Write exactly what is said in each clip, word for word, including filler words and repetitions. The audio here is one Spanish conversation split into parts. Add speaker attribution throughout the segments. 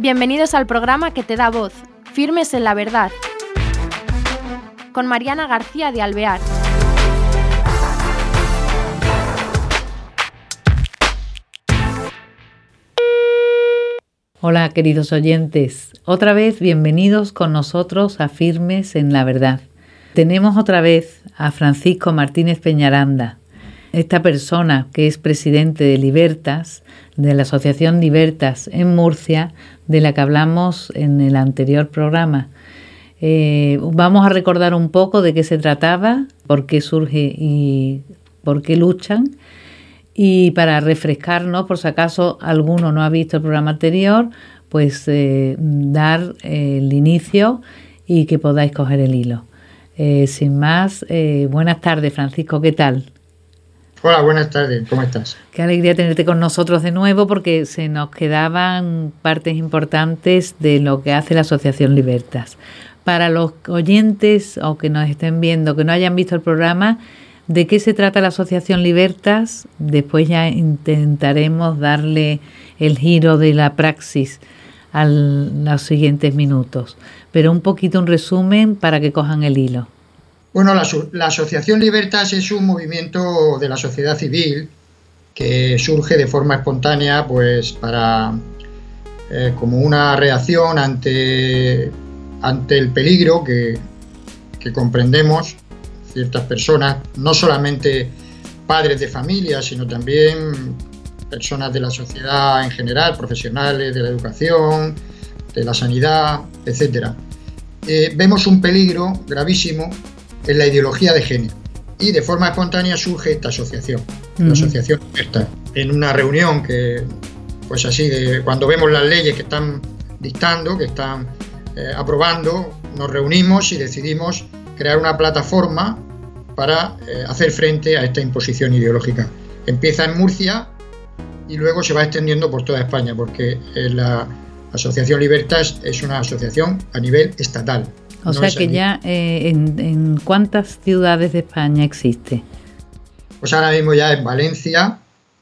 Speaker 1: Bienvenidos al programa que te da voz, Firmes en la Verdad, con Mariana García de Alvear.
Speaker 2: Hola, queridos oyentes. Otra vez bienvenidos con nosotros a Firmes en la Verdad. Tenemos otra vez a Francisco Martínez Peñaranda, esta persona que es presidente de Libertas, de la Asociación Libertas en Murcia, de la que hablamos en el anterior programa. Eh, vamos a recordar un poco de qué se trataba, por qué surge y por qué luchan. Y para refrescarnos, por si acaso alguno no ha visto el programa anterior, pues eh, dar eh, el inicio y que podáis coger el hilo. Eh, sin más, eh, buenas tardes, Francisco, ¿qué tal?
Speaker 3: Hola, buenas tardes, ¿cómo estás?
Speaker 2: Qué alegría tenerte con nosotros de nuevo, porque se nos quedaban partes importantes de lo que hace la Asociación Libertas. Para los oyentes o que nos estén viendo, que no hayan visto el programa, ¿de qué se trata la Asociación Libertas? Después ya intentaremos darle el giro de la praxis a los siguientes minutos. Pero un poquito un resumen para que cojan el hilo.
Speaker 3: Bueno, la, la Asociación Libertas es un movimiento de la sociedad civil que surge de forma espontánea, pues para eh, como una reacción ante, ante el peligro que, que comprendemos ciertas personas, no solamente padres de familia, sino también personas de la sociedad en general, profesionales de la educación, de la sanidad, etcétera. Eh, vemos un peligro gravísimo en la ideología de género y de forma espontánea surge esta asociación, uh-huh. la Asociación Libertas, en una reunión que, pues así, de cuando vemos las leyes que están dictando, que están eh, aprobando, nos reunimos y decidimos crear una plataforma para eh, hacer frente a esta imposición ideológica. Empieza en Murcia y luego se va extendiendo por toda España, porque eh, la Asociación Libertas es una asociación a nivel estatal.
Speaker 2: O no sea que ya eh, en, en ¿cuántas ciudades de España existe?
Speaker 3: Pues ahora mismo ya en Valencia,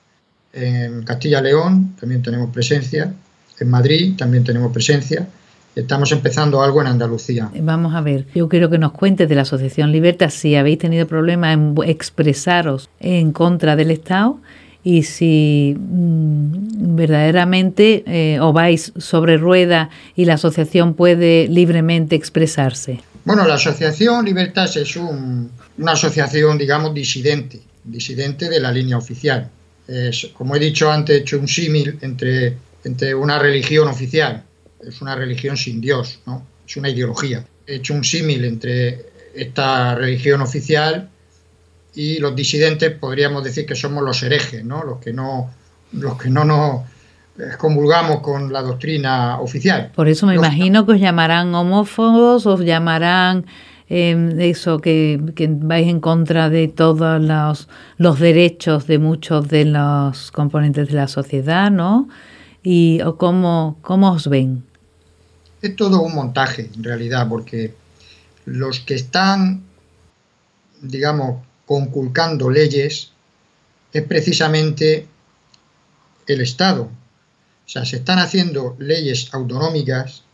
Speaker 3: en Castilla y León también tenemos presencia, en Madrid también tenemos presencia. Estamos empezando algo en Andalucía.
Speaker 2: Vamos a ver, yo quiero que nos cuentes de la Asociación Libertas si habéis tenido problemas en expresaros en contra del Estado y si mmm, verdaderamente eh, os vais sobre rueda y la asociación puede libremente expresarse.
Speaker 3: Bueno, la Asociación Libertas es un, una asociación, digamos, disidente, disidente de la línea oficial. Es, como he dicho antes, he hecho un símil entre, entre una religión oficial. Es una religión sin Dios, ¿no? Es una ideología. He hecho un símil entre esta religión oficial y los disidentes, podríamos decir que somos los herejes, ¿no? Los que no, los que no nos comulgamos con la doctrina oficial.
Speaker 2: Por eso me
Speaker 3: los,
Speaker 2: imagino que os llamarán homófobos, os llamarán eh, eso, que, que vais en contra de todos los, los derechos de muchos de los componentes de la sociedad, ¿no? Y o cómo, ¿cómo os ven?
Speaker 3: Es todo un montaje, en realidad, porque los que están, digamos, conculcando leyes es precisamente el Estado. O sea, se están haciendo leyes autonómicas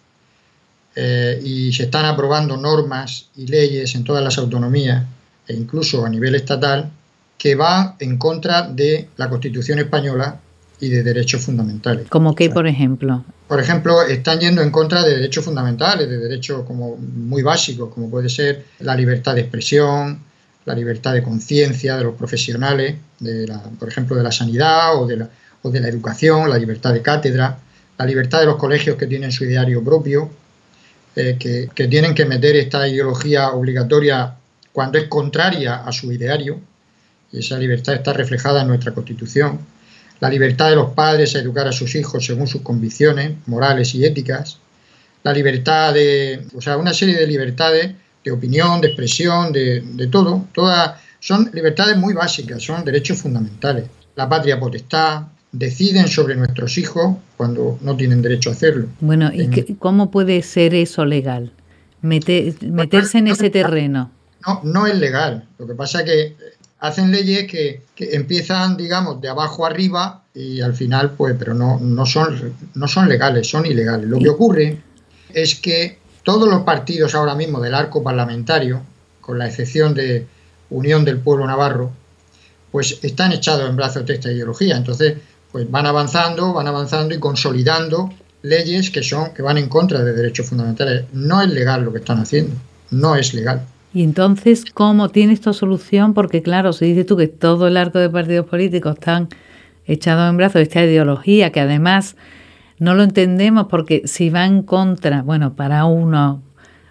Speaker 3: eh, y se están aprobando normas y leyes en todas las autonomías e incluso a nivel estatal que van en contra de la Constitución española y de derechos fundamentales.
Speaker 2: ¿Cómo qué, o sea, por ejemplo?
Speaker 3: Por ejemplo, están yendo en contra de derechos fundamentales, de derechos como muy básicos, como puede ser la libertad de expresión, la libertad de conciencia de los profesionales, de la, por ejemplo, de la sanidad o de la, o de la educación, la libertad de cátedra, la libertad de los colegios que tienen su ideario propio, eh, que, que tienen que meter esta ideología obligatoria cuando es contraria a su ideario, y esa libertad está reflejada en nuestra Constitución. La libertad de los padres a educar a sus hijos según sus convicciones morales y éticas, la libertad de, o sea, una serie de libertades de opinión, de expresión, de, de todo, todas son libertades muy básicas, son derechos fundamentales. La patria potestad, deciden sobre nuestros hijos cuando no tienen derecho a hacerlo.
Speaker 2: Bueno, ¿y en, qué, cómo puede ser eso legal? Meter, meterse en no, ese terreno.
Speaker 3: No, no es legal. Lo que pasa es que hacen leyes que, que empiezan, digamos, de abajo arriba y al final, pues, pero no, no, son, no son legales, son ilegales. Lo que ocurre es que todos los partidos ahora mismo del arco parlamentario, con la excepción de Unión del Pueblo Navarro, pues están echados en brazos de esta ideología. Entonces, pues van avanzando, van avanzando y consolidando leyes que son que van en contra de derechos fundamentales. No es legal lo que están haciendo, no es legal.
Speaker 2: Y entonces, ¿cómo tiene esto solución? Porque claro, si dices tú que todo el arco de partidos políticos están echados en brazos de esta ideología, que además no lo entendemos porque si va en contra, bueno, para uno,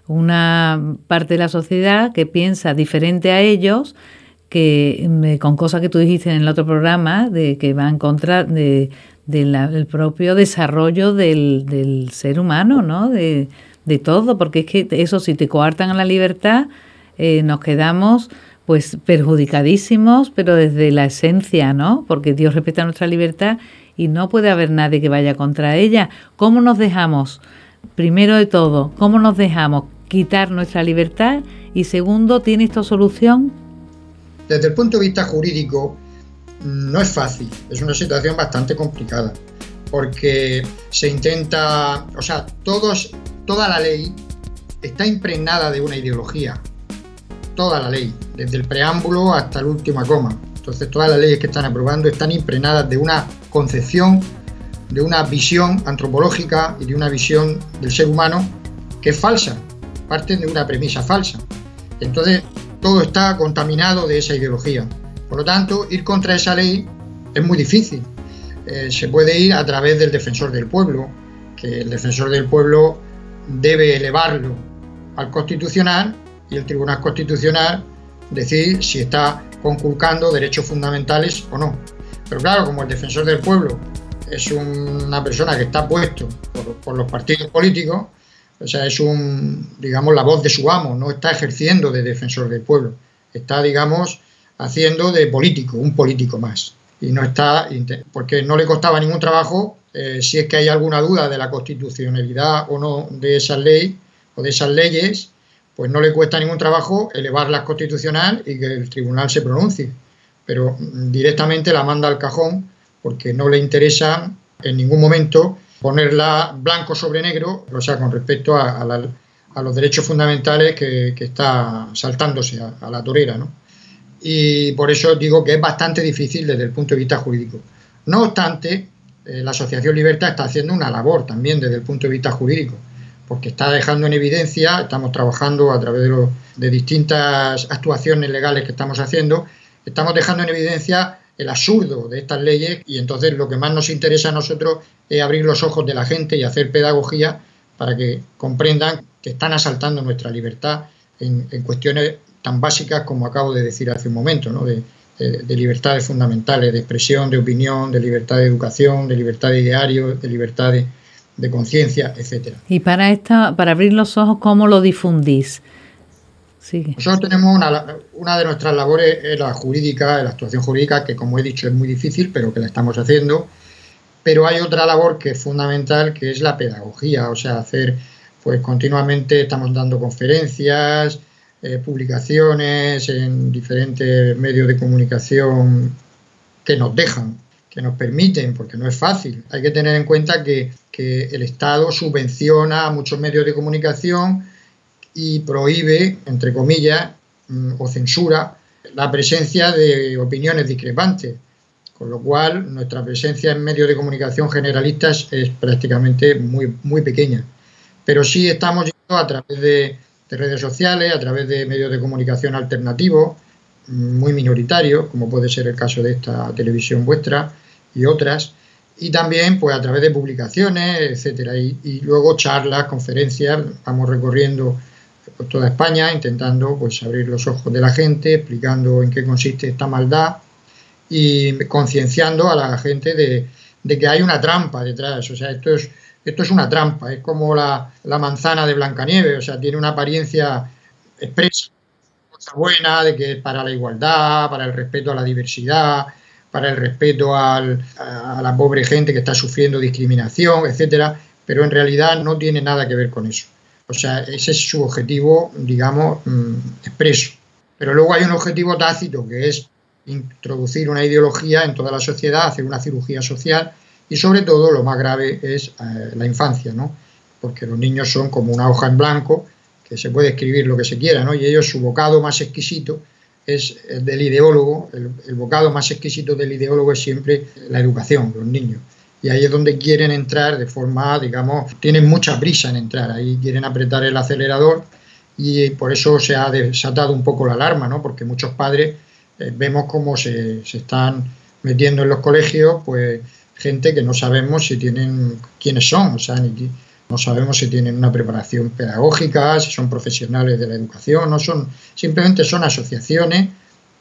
Speaker 2: una parte de la sociedad que piensa diferente a ellos, que con cosas que tú dijiste en el otro programa, de que va en contra de, de la, del propio desarrollo del, del ser humano, ¿no? De, de todo, porque es que eso, si te coartan a la libertad, eh, nos quedamos pues perjudicadísimos, pero desde la esencia, ¿no? Porque Dios respeta nuestra libertad y no puede haber nadie que vaya contra ella. ¿Cómo nos dejamos? Primero de todo, ¿cómo nos dejamos quitar nuestra libertad? Y segundo, ¿tiene esto solución?
Speaker 3: Desde el punto de vista jurídico, no es fácil, es una situación bastante complicada, porque se intenta, o sea, todos, toda la ley está impregnada de una ideología, toda la ley, desde el preámbulo hasta la última coma. Entonces, todas las leyes que están aprobando están impregnadas de una concepción, de una visión antropológica y de una visión del ser humano que es falsa, parten de una premisa falsa. Entonces, todo está contaminado de esa ideología. Por lo tanto, ir contra esa ley es muy difícil. Eh, se puede ir a través del defensor del pueblo, que el defensor del pueblo debe elevarlo al Constitucional y el Tribunal Constitucional decir si está conculcando derechos fundamentales o no. Pero claro, como el defensor del pueblo es una persona que está puesto por, por los partidos políticos, o sea, es un, digamos, la voz de su amo, no está ejerciendo de defensor del pueblo, está, digamos, haciendo de político, un político más. Y no está, porque no le costaba ningún trabajo, eh, si es que hay alguna duda de la constitucionalidad o no de esa ley o de esas leyes, pues no le cuesta ningún trabajo elevarlas constitucional y que el tribunal se pronuncie. Pero directamente la manda al cajón porque no le interesa en ningún momento ponerla blanco sobre negro, o sea, con respecto a, a, la, a los derechos fundamentales que, que está saltándose a, a la torera, ¿no? Y por eso digo que es bastante difícil desde el punto de vista jurídico. No obstante, eh, la Asociación Libertad está haciendo una labor también desde el punto de vista jurídico, porque está dejando en evidencia, estamos trabajando a través de, lo, de distintas actuaciones legales que estamos haciendo, estamos dejando en evidencia el absurdo de estas leyes y entonces lo que más nos interesa a nosotros es abrir los ojos de la gente y hacer pedagogía para que comprendan que están asaltando nuestra libertad en, en cuestiones tan básicas como acabo de decir hace un momento, ¿no? de, de, de libertades fundamentales, de expresión, de opinión, de libertad de educación, de libertad de ideario, de libertad de, de conciencia, etcétera.
Speaker 2: Y para esta, para abrir los ojos, ¿cómo lo difundís? Sigue.
Speaker 3: Nosotros tenemos una, una de nuestras labores es la jurídica, la actuación jurídica, que como he dicho es muy difícil, pero que la estamos haciendo. Pero hay otra labor que es fundamental, que es la pedagogía, o sea, hacer, pues continuamente estamos dando conferencias, eh, publicaciones en diferentes medios de comunicación que nos dejan, que nos permiten, porque no es fácil. Hay que tener en cuenta que, que el Estado subvenciona a muchos medios de comunicación y prohíbe, entre comillas, o censura la presencia de opiniones discrepantes, con lo cual nuestra presencia en medios de comunicación generalistas es prácticamente muy, muy pequeña. Pero sí estamos yendo a través de, de redes sociales, a través de medios de comunicación alternativos, muy minoritarios, como puede ser el caso de esta televisión vuestra y otras, y también pues a través de publicaciones, etcétera, y, y luego charlas, conferencias, vamos recorriendo por toda España, intentando pues abrir los ojos de la gente, explicando en qué consiste esta maldad y concienciando a la gente de, de que hay una trampa detrás. O sea, esto es, esto es una trampa, es como la, la manzana de Blancanieves, o sea, tiene una apariencia expresa, cosa buena, de que es para la igualdad, para el respeto a la diversidad, para el respeto al, a la pobre gente que está sufriendo discriminación, etcétera, pero en realidad no tiene nada que ver con eso. O sea, ese es su objetivo, digamos, mmm, expreso. Pero luego hay un objetivo tácito, que es introducir una ideología en toda la sociedad, hacer una cirugía social y sobre todo lo más grave es eh, la infancia, ¿no? Porque los niños son como una hoja en blanco que se puede escribir lo que se quiera, ¿no? Y ellos, su bocado más exquisito es el del ideólogo, el, el bocado más exquisito del ideólogo es siempre la educación, los niños. Y ahí es donde quieren entrar de forma, digamos, tienen mucha prisa en entrar, ahí quieren apretar el acelerador y por eso se ha desatado un poco la alarma, ¿no? Porque muchos padres eh, vemos cómo se, se están metiendo en los colegios, pues gente que no sabemos si tienen, quiénes son, o sea, ni, no sabemos si tienen una preparación pedagógica, si son profesionales de la educación, no son, simplemente son asociaciones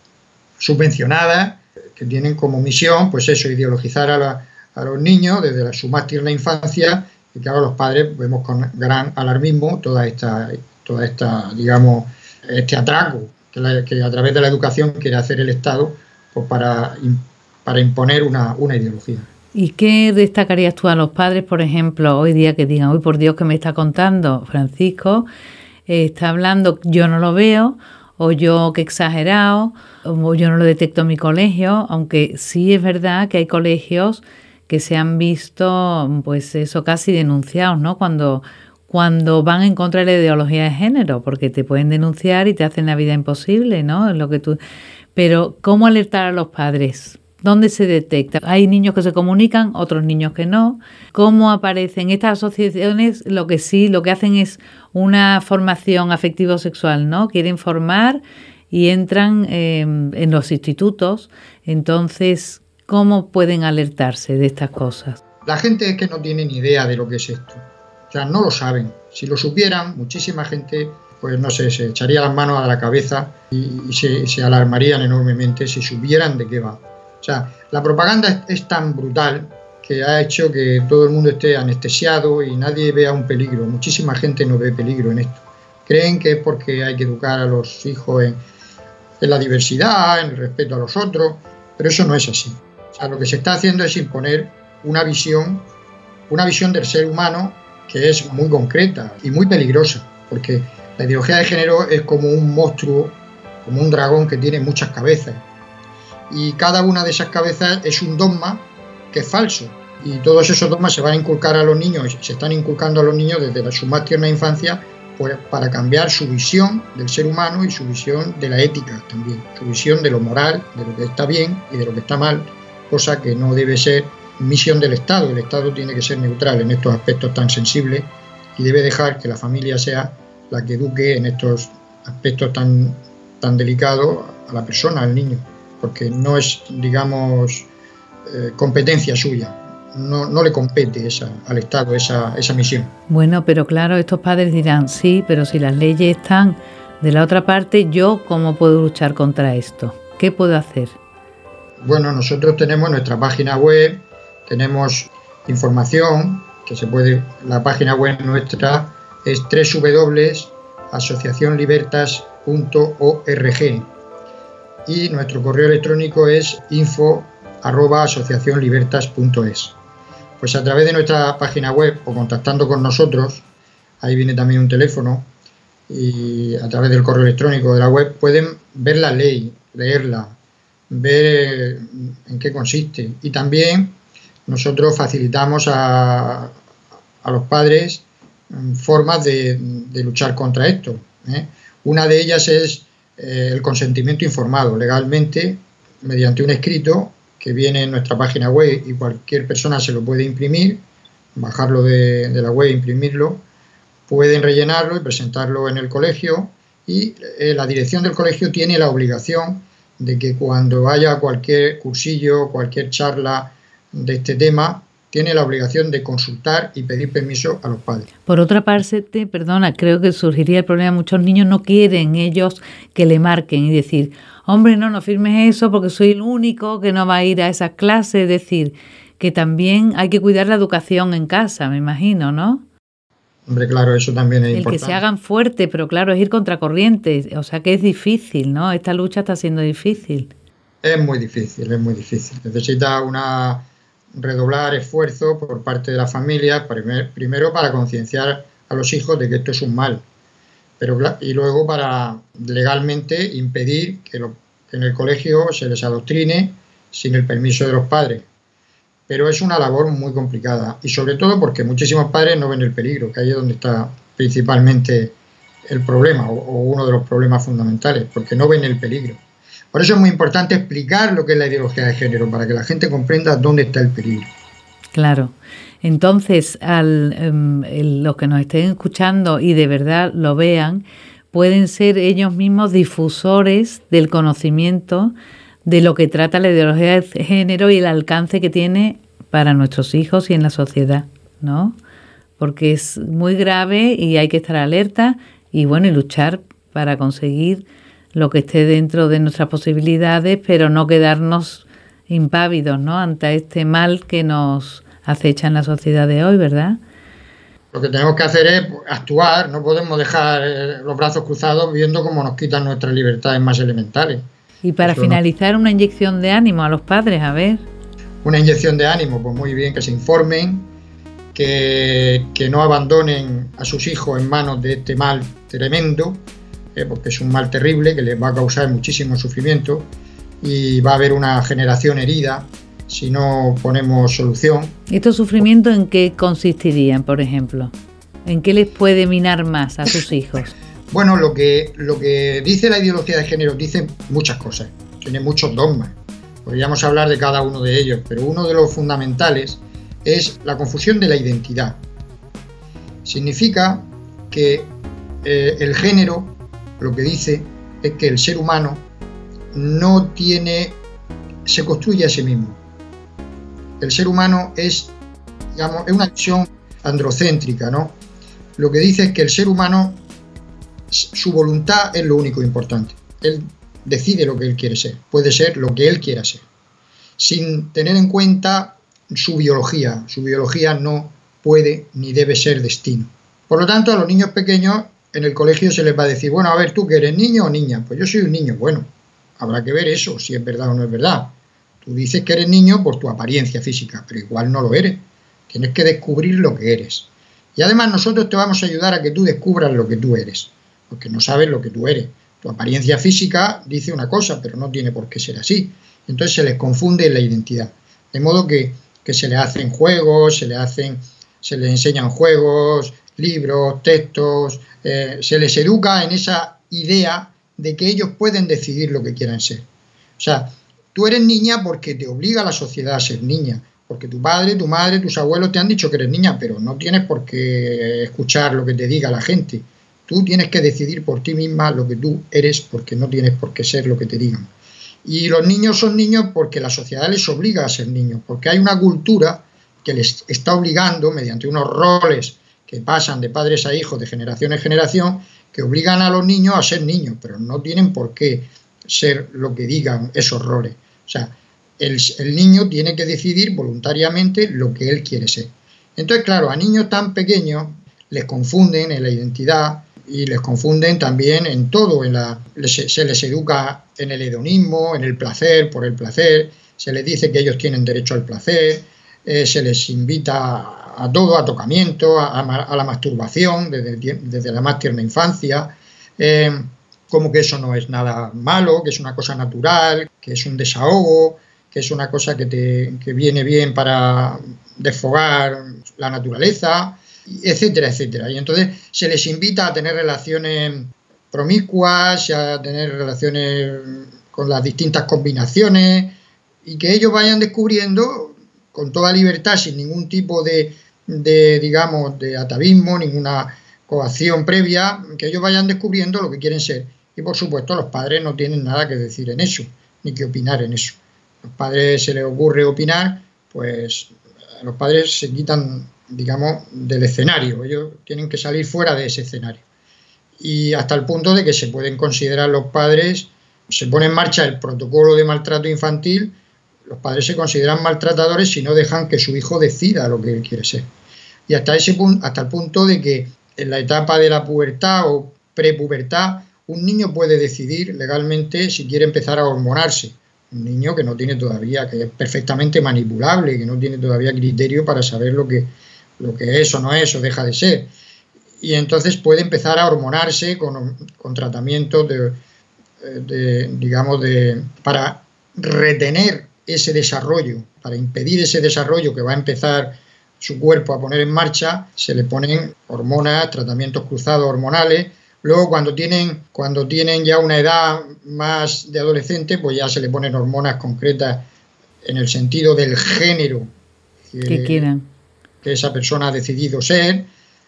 Speaker 3: subvencionadas que tienen como misión, pues eso, ideologizar a, la, a los niños desde la, su más tierna infancia, y claro, los padres vemos con gran alarmismo toda esta, toda esta, digamos, este atraco que, la, que a través de la educación quiere hacer el Estado, pues para, para imponer una, una ideología.
Speaker 2: ¿Y qué destacarías tú a los padres, por ejemplo, hoy día que digan, uy, por Dios, que me está contando Francisco? Eh, está hablando, yo no lo veo, o yo qué exagerado, o yo no lo detecto en mi colegio, aunque sí es verdad que hay colegios que se han visto, pues eso, casi denunciados, ¿no? Cuando, cuando van en contra de la ideología de género, porque te pueden denunciar y te hacen la vida imposible, ¿no? Es lo que tú... Pero, ¿cómo alertar a los padres? ¿Dónde se detecta? Hay niños que se comunican, otros niños que no. ¿Cómo aparecen estas asociaciones? Lo que sí, lo que hacen es una formación afectivo-sexual, ¿no? Quieren formar y entran eh, en los institutos. Entonces, ¿cómo pueden alertarse de estas cosas?
Speaker 3: La gente es que no tiene ni idea de lo que es esto. O sea, no lo saben. Si lo supieran, muchísima gente, pues no sé, se echaría las manos a la cabeza y, y se, se alarmarían enormemente si supieran de qué va. O sea, la propaganda es, es tan brutal que ha hecho que todo el mundo esté anestesiado y nadie vea un peligro. Muchísima gente no ve peligro en esto. Creen que es porque hay que educar a los hijos en, en la diversidad, en el respeto a los otros, pero eso no es así. O sea, lo que se está haciendo es imponer una visión, una visión del ser humano que es muy concreta y muy peligrosa, porque la ideología de género es como un monstruo, como un dragón que tiene muchas cabezas. Y cada una de esas cabezas es un dogma que es falso. Y todos esos dogmas se van a inculcar a los niños, se están inculcando a los niños desde la, su más tierna infancia, pues, para cambiar su visión del ser humano y su visión de la ética también, su visión de lo moral, de lo que está bien y de lo que está mal, cosa que no debe ser misión del Estado. El Estado tiene que ser neutral en estos aspectos tan sensibles y debe dejar que la familia sea la que eduque en estos aspectos tan, tan delicados a la persona, al niño, porque no es, digamos, eh, competencia suya, no, no le compete esa, al Estado esa, esa misión.
Speaker 2: Bueno, pero claro, estos padres dirán, sí, pero si las leyes están de la otra parte, ¿yo cómo puedo luchar contra esto? ¿Qué puedo hacer?
Speaker 3: Bueno, nosotros tenemos nuestra página web, tenemos información, que se puede, la página web nuestra es doble u doble u doble u punto asociación libertas punto org. Y nuestro correo electrónico es info arroba asociación libertas punto es. Pues a través de nuestra página web o contactando con nosotros, ahí viene también un teléfono, y a través del correo electrónico de la web pueden ver la ley, leerla, ver en qué consiste. Y también nosotros facilitamos a, a los padres formas de, de luchar contra esto, ¿eh? Una de ellas es eh, el consentimiento informado legalmente mediante un escrito que viene en nuestra página web y cualquier persona se lo puede imprimir, bajarlo de, de la web e imprimirlo, pueden rellenarlo y presentarlo en el colegio y eh, la dirección del colegio tiene la obligación de que cuando haya cualquier cursillo, cualquier charla de este tema, tiene la obligación de consultar y pedir permiso a los padres.
Speaker 2: Por otra parte, perdona, creo que surgiría el problema, muchos niños no quieren ellos que le marquen y decir, hombre, no, no firmes eso porque soy el único que no va a ir a esas clases, es decir, que también hay que cuidar la educación en casa, me imagino, ¿no?
Speaker 3: Hombre, claro, eso también es
Speaker 2: el
Speaker 3: importante.
Speaker 2: El que se hagan fuerte, pero claro, es ir contracorriente, o sea que es difícil, ¿no? Esta lucha está siendo difícil.
Speaker 3: Es muy difícil, es muy difícil. Necesita una redoblar esfuerzo por parte de la familia, primer, primero para concienciar a los hijos de que esto es un mal, pero y luego para legalmente impedir que, lo, que en el colegio se les adoctrine sin el permiso de los padres. Pero es una labor muy complicada y sobre todo porque muchísimos padres no ven el peligro, que ahí es donde está principalmente el problema o, o uno de los problemas fundamentales, porque no ven el peligro. Por eso es muy importante explicar lo que es la ideología de género, para que la gente comprenda dónde está el peligro.
Speaker 2: Claro. Entonces, al, um, el, los que nos estén escuchando y de verdad lo vean, pueden ser ellos mismos difusores del conocimiento de lo que trata la ideología de género y el alcance que tiene para nuestros hijos y en la sociedad, ¿no? Porque es muy grave y hay que estar alerta y, bueno, y luchar para conseguir lo que esté dentro de nuestras posibilidades, pero no quedarnos impávidos, ¿no?, ante este mal que nos acecha en la sociedad de hoy, ¿verdad?
Speaker 3: Lo que tenemos que hacer es actuar, no podemos dejar los brazos cruzados viendo cómo nos quitan nuestras libertades más elementales.
Speaker 2: Y para Eso finalizar, no. una inyección de ánimo a los padres, a ver.
Speaker 3: Una inyección de ánimo, pues muy bien, que se informen, que, que no abandonen a sus hijos en manos de este mal tremendo, eh, porque es un mal terrible que les va a causar muchísimo sufrimiento y va a haber una generación herida si no ponemos solución.
Speaker 2: ¿Estos sufrimientos en qué consistirían, por ejemplo? ¿En qué les puede minar más a sus hijos?
Speaker 3: Bueno, lo que, lo que dice la ideología de género dice muchas cosas, tiene muchos dogmas, podríamos hablar de cada uno de ellos, pero uno de los fundamentales es la confusión de la identidad. Significa que eh, el género lo que dice es que el ser humano no tiene, se construye a sí mismo. El ser humano es, digamos, es una visión androcéntrica, ¿no? Lo que dice es que el ser humano, su voluntad es lo único importante. Él decide lo que él quiere ser, puede ser lo que él quiera ser, sin tener en cuenta su biología. Su biología no puede ni debe ser destino. Por lo tanto, a los niños pequeños en el colegio se les va a decir, bueno, a ver, ¿tú que eres niño o niña? Pues yo soy un niño. Bueno, habrá que ver eso, si es verdad o no es verdad. Tú dices que eres niño por tu apariencia física, pero igual no lo eres. Tienes que descubrir lo que eres. Y además nosotros te vamos a ayudar a que tú descubras lo que tú eres, porque no sabes lo que tú eres. Tu apariencia física dice una cosa, pero no tiene por qué ser así. Entonces se les confunde la identidad. De modo que, que se les hacen juegos, se les hacen, se les enseñan juegos, libros, textos, eh, se les educa en esa idea de que ellos pueden decidir lo que quieran ser. O sea, tú eres niña porque te obliga a la sociedad a ser niña, porque tu padre, tu madre, tus abuelos te han dicho que eres niña, pero no tienes por qué escuchar lo que te diga la gente. Tú tienes que decidir por ti misma lo que tú eres, porque no tienes por qué ser lo que te digan. Y los niños son niños porque la sociedad les obliga a ser niños, porque hay una cultura que les está obligando, mediante unos roles que pasan de padres a hijos, de generación en generación, que obligan a los niños a ser niños, pero no tienen por qué ser lo que digan esos roles. O sea, el, el niño tiene que decidir voluntariamente lo que él quiere ser. Entonces, claro, a niños tan pequeños les confunden en la identidad y les confunden también en todo. En la, se, se les educa en el hedonismo, en el placer, por el placer. Se les dice que ellos tienen derecho al placer. Eh, se les invita a todo, a tocamiento, a, a la masturbación desde, desde la más tierna infancia. Eh, como que eso no es nada malo, que es una cosa natural, que es un desahogo, que es una cosa que, te, que viene bien para desfogar la naturaleza, etcétera, etcétera. Y entonces se les invita a tener relaciones promiscuas, a tener relaciones con las distintas combinaciones y que ellos vayan descubriendo con toda libertad, sin ningún tipo de, de digamos, de atavismo, ninguna coacción previa, que ellos vayan descubriendo lo que quieren ser. Y por supuesto los padres no tienen nada que decir en eso, ni que opinar en eso. A los padres se les ocurre opinar, pues los padres se quitan, digamos, del escenario. Ellos tienen que salir fuera de ese escenario. Y hasta el punto de que se pueden considerar los padres, se pone en marcha el protocolo de maltrato infantil, los padres se consideran maltratadores si no dejan que su hijo decida lo que él quiere ser. Y hasta, ese punto, hasta el punto de que en la etapa de la pubertad o prepubertad, un niño puede decidir legalmente si quiere empezar a hormonarse. Un niño que no tiene todavía, que es perfectamente manipulable, que no tiene todavía criterio para saber lo que, lo que es o no es o deja de ser. Y entonces puede empezar a hormonarse con, con tratamientos de, de, digamos, de, para retener ese desarrollo, para impedir ese desarrollo que va a empezar su cuerpo a poner en marcha, se le ponen hormonas, tratamientos cruzados hormonales. Luego cuando tienen, cuando tienen ya una edad más de adolescente, pues ya se le ponen hormonas concretas en el sentido del género que,
Speaker 2: que quieran,
Speaker 3: que esa persona ha decidido ser,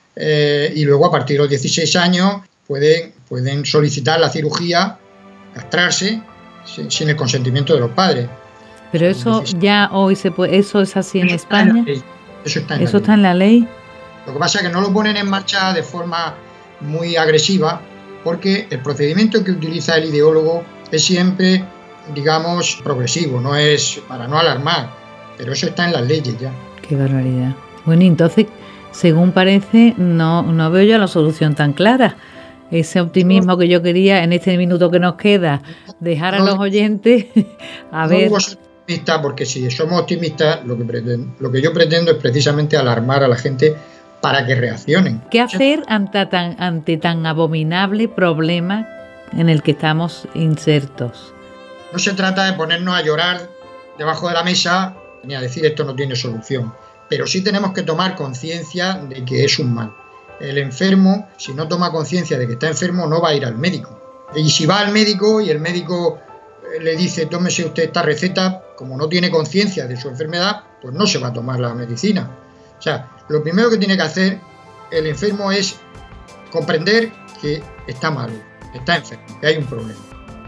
Speaker 3: eh, y luego a partir de los dieciséis años pueden, pueden solicitar la cirugía, castrarse, sin, sin el consentimiento de los padres.
Speaker 2: Pero eso ya hoy se puede, eso es así en
Speaker 3: eso
Speaker 2: España.
Speaker 3: Está en eso está en,
Speaker 2: eso
Speaker 3: la,
Speaker 2: está en la ley.
Speaker 3: Lo que pasa es que no lo ponen en marcha de forma muy agresiva, porque el procedimiento que utiliza el ideólogo es siempre, digamos, progresivo, no es para no alarmar, pero eso está en las leyes ya.
Speaker 2: Qué barbaridad. Bueno, entonces, según parece, no, no veo yo la solución tan clara. Ese optimismo que yo quería en este minuto que nos queda, dejar a
Speaker 3: no,
Speaker 2: los oyentes a
Speaker 3: no
Speaker 2: ver.
Speaker 3: No ser optimista, porque si somos optimistas, lo que, pretendo, lo que yo pretendo es precisamente alarmar a la gente para que reaccionen.
Speaker 2: ¿Qué hacer ante tan, ante tan abominable problema en el que estamos insertos?
Speaker 3: No se trata de ponernos a llorar debajo de la mesa ni a decir esto no tiene solución, pero sí tenemos que tomar conciencia de que es un mal. El enfermo, si no toma conciencia de que está enfermo, no va a ir al médico. Y si va al médico y el médico le dice tómese usted esta receta, como no tiene conciencia de su enfermedad, pues no se va a tomar la medicina. O sea, lo primero que tiene que hacer el enfermo es comprender que está malo, que está enfermo, que hay un problema.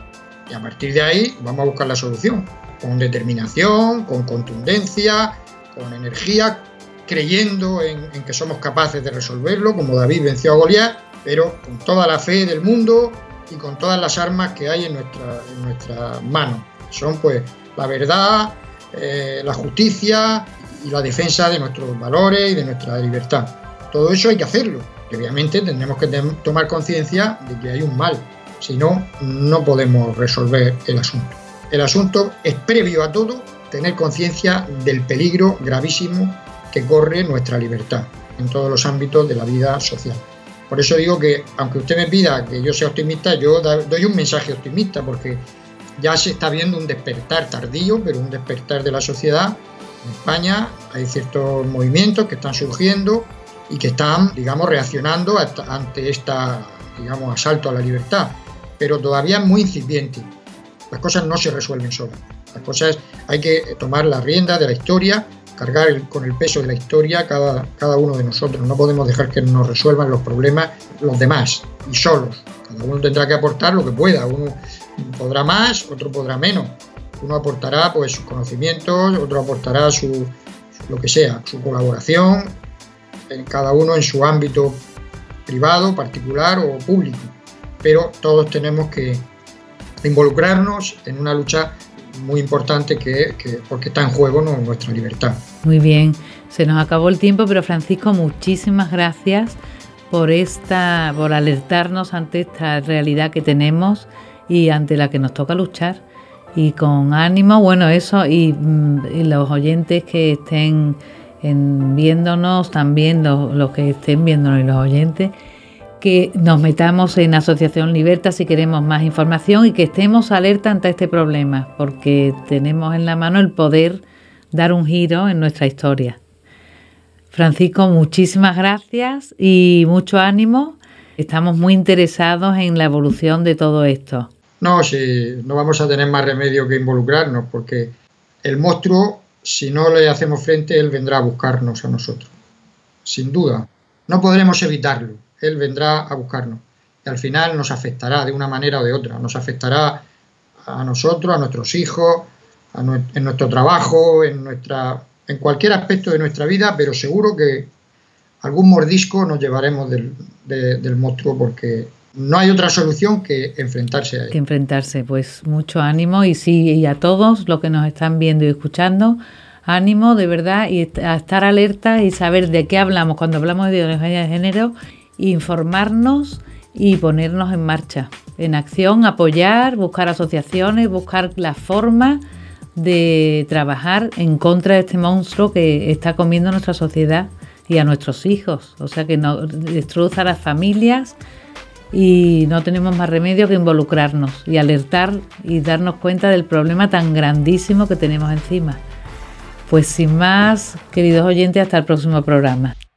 Speaker 3: Y a partir de ahí vamos a buscar la solución, con determinación, con contundencia, con energía, creyendo en, en que somos capaces de resolverlo, como David venció a Goliat, pero con toda la fe del mundo y con todas las armas que hay en nuestra, en nuestras manos. Son pues la verdad, eh, la justicia y la defensa de nuestros valores y de nuestra libertad. Todo eso hay que hacerlo. Y obviamente tendremos que ten- tomar conciencia de que hay un mal. Si no, no podemos resolver el asunto. El asunto es previo a todo tener conciencia del peligro gravísimo que corre nuestra libertad en todos los ámbitos de la vida social. Por eso digo que, aunque usted me pida que yo sea optimista, yo doy un mensaje optimista, porque ya se está viendo un despertar tardío, pero un despertar de la sociedad. En España hay ciertos movimientos que están surgiendo y que están, digamos, reaccionando ante este, digamos, asalto a la libertad, pero todavía es muy incipiente. Las cosas no se resuelven solas. Las cosas hay que tomar la rienda de la historia, cargar el, con el peso de la historia cada, cada uno de nosotros. No podemos dejar que nos resuelvan los problemas los demás y solos. Cada uno tendrá que aportar lo que pueda. Uno podrá más, otro podrá menos. Uno aportará pues sus conocimientos, otro aportará su, su lo que sea, su colaboración, en cada uno en su ámbito privado, particular o público. Pero todos tenemos que involucrarnos en una lucha muy importante que, que porque está en juego, ¿no?, nuestra libertad.
Speaker 2: Muy bien, se nos acabó el tiempo, pero Francisco, muchísimas gracias por esta, por alertarnos ante esta realidad que tenemos y ante la que nos toca luchar. Y con ánimo, bueno, eso, y, y los oyentes que estén en, viéndonos, también los, los que estén viéndonos y los oyentes, que nos metamos en Asociación Libertas si queremos más información y que estemos alerta ante este problema, porque tenemos en la mano el poder dar un giro en nuestra historia. Francisco, muchísimas gracias y mucho ánimo. Estamos muy interesados en la evolución de todo esto.
Speaker 3: No, si no vamos a tener más remedio que involucrarnos, porque el monstruo, si no le hacemos frente, él vendrá a buscarnos a nosotros. Sin duda. No podremos evitarlo. Él vendrá a buscarnos. Y al final nos afectará de una manera o de otra. Nos afectará a nosotros, a nuestros hijos, a nu- en nuestro trabajo, en, nuestra, en cualquier aspecto de nuestra vida, pero seguro que algún mordisco nos llevaremos del, de, del monstruo, porque no hay otra solución que enfrentarse a él.
Speaker 2: Que enfrentarse, pues mucho ánimo y sí, y a todos los que nos están viendo y escuchando, ánimo de verdad y a estar alerta y saber de qué hablamos cuando hablamos de ideología de género, informarnos y ponernos en marcha, en acción, apoyar, buscar asociaciones, buscar la forma de trabajar en contra de este monstruo que está comiendo nuestra sociedad y a nuestros hijos, o sea que nos destroza a las familias y no tenemos más remedio que involucrarnos y alertar y darnos cuenta del problema tan grandísimo que tenemos encima. Pues sin más, queridos oyentes, hasta el próximo programa.